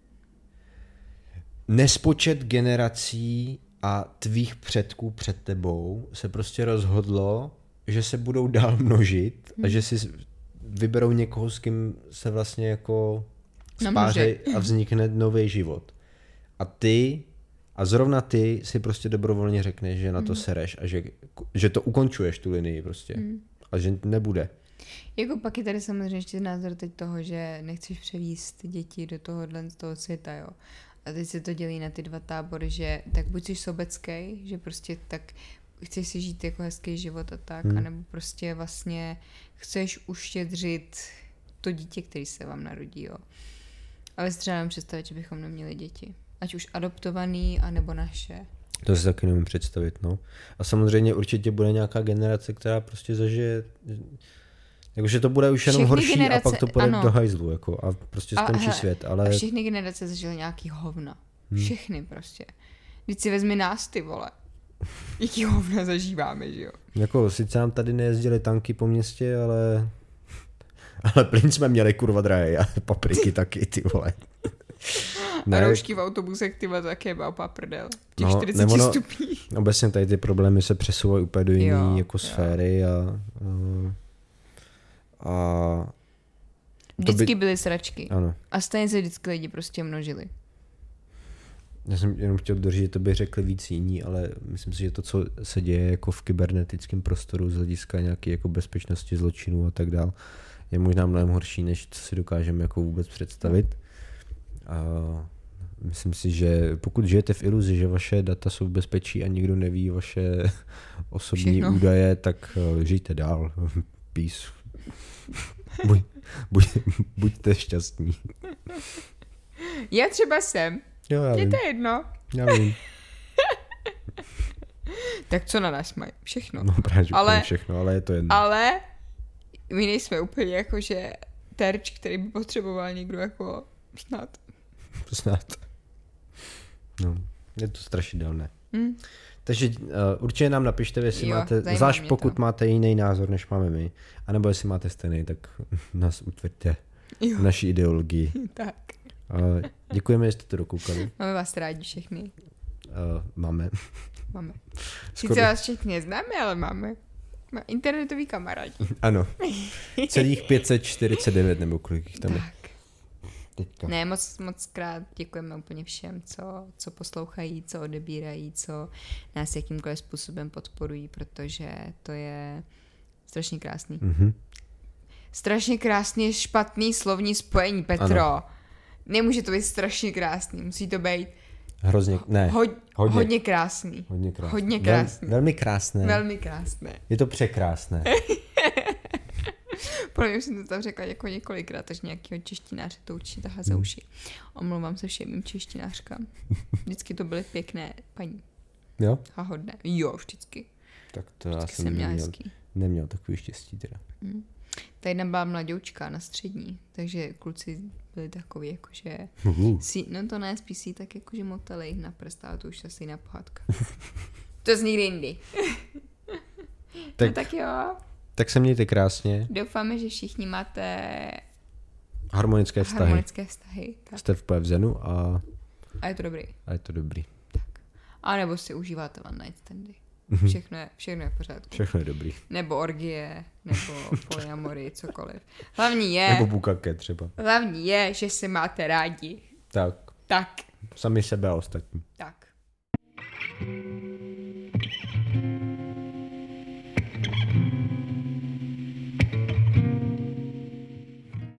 nespočet generací a tvých předků před tebou se prostě rozhodlo, že se budou dál množit hmm. a že si vyberou někoho, s kým se vlastně jako spářejí a vznikne nový život. A ty A zrovna ty si prostě dobrovolně řekneš, že na to mm. sereš a že, že to ukončuješ tu linii prostě. Mm. A že nebude. Jako pak je tady samozřejmě ještě názor teď toho, že nechceš převíst děti do tohohle z toho světa, jo. A teď se to dělí na ty dva tábory, že tak buď jsi sobecký, že prostě tak chceš si žít jako hezký život a tak, mm. anebo prostě vlastně chceš uštědřit to dítě, který se vám narodí, jo. Ale si třeba představit, že bychom neměli děti. Ať už adoptovaný, anebo naše. To si taky nemůžu představit, no. A samozřejmě určitě bude nějaká generace, která prostě zažije, jakože to bude už jenom všechny horší generace, a pak to půjde do hajzlu, jako a prostě skončí a, svět, ale... A všechny generace zažily nějaký hovna. Hmm. Všechny prostě. Vždyť si vezmi nás, ty vole. Jaký hovna zažíváme, že jo? Jako, sice nám tady nejezdily tanky po městě, ale... Ale plyn jsme měli kurva drahej a papriky taky, ty vole. Ne. A roušky v autobusech, ty to také byla prdel. V těch no, čtyřiceti no, stupních. Obecně tady ty problémy se přesouvají úplně do jiný jako jo. sféry a, a, a vždycky by... byly sračky. Ano. A stejně se vždycky lidi prostě množili. Já jsem jenom chtěl doříct, že to by řekli víc jiní, ale myslím si, že to, co se děje jako v kybernetickém prostoru z hlediska nějaké jako bezpečnosti zločinů a tak dál, je možná mnohem horší, než co si dokážeme jako vůbec představit. A myslím si, že pokud žijete v iluzi, že vaše data jsou v bezpečí a nikdo neví vaše osobní Všechno. údaje, tak žijte dál. Peace. Buď, buď, buďte šťastní. Já třeba jsem. Jo, já Je vím. to jedno. Já vím. Tak co na nás mají? Všechno. No právě Ale- ale, všechno, ale je to jedno. Ale my nejsme úplně jako, že terč, který by potřeboval někdo jako snad. Snad. No, je to strašidelné. Hm? Takže uh, určitě nám napište, jestli Jo, máte, zajímá zvlášť mě pokud to. máte jiný názor, než máme my, anebo jestli máte stejný, tak nás utvrďte Jo, v naší ideologii. tak. Uh, děkujeme, že jste to dokoukali. Máme vás rádi všechny. Uh, máme. Máme. Skoro- Sice vás všechny neznáme, ale máme. Má internetový kamarádi. Ano. Celých pět set čtyřicet devět nebo kolik jich tam je Tak. teďka. Ne, moc, moc krát děkujeme úplně všem, co, co poslouchají, co odebírají, co nás jakýmkoliv způsobem podporují, protože to je strašně krásný. Mhm. Strašně krásný je špatný slovní spojení, Petro. Ano. Nemůže to být strašně krásný, musí to být Hrozně, ne, ho, hodně. hodně. hodně krásný. hodně krásné. hodně krásný. Vel, velmi krásné. Velmi krásné. Je to překrásné. Podle mě už jsem to tam řekla jako několikrát, takže nějakýho češtináře to určitě tahá za Hmm. uši. Omlouvám se všem mým češtinářkám. Vždycky to byly pěkné paní Jo? a hodné. Jo, vždycky. Tak to já Vždycky jsem jsem měla neměl, hezký. neměl takový štěstí teda. Ta jedna byla mladoučka na střední, takže kluci byli takový jakože... Uhu. Si, no to ne, spíš si tak jakože motali na prst, ale to už asi jiná pohádka. To z nikdy jindy. Tak, No tak jo, tak se mějte krásně. doufáme, že všichni máte Harmonické vztahy. harmonické vztahy. Tak. Jste v v zenu a, A je to dobrý. a je to dobrý. A nebo si užíváte one night standy. Všechno je, všechno je v pořádku. Všechno je dobrý. Nebo orgie, nebo polyamory, cokoliv. Hlavní je, Nebo bukake třeba. hlavní je, že se máte rádi. Tak, Tak, sami sebe a ostatní. tak.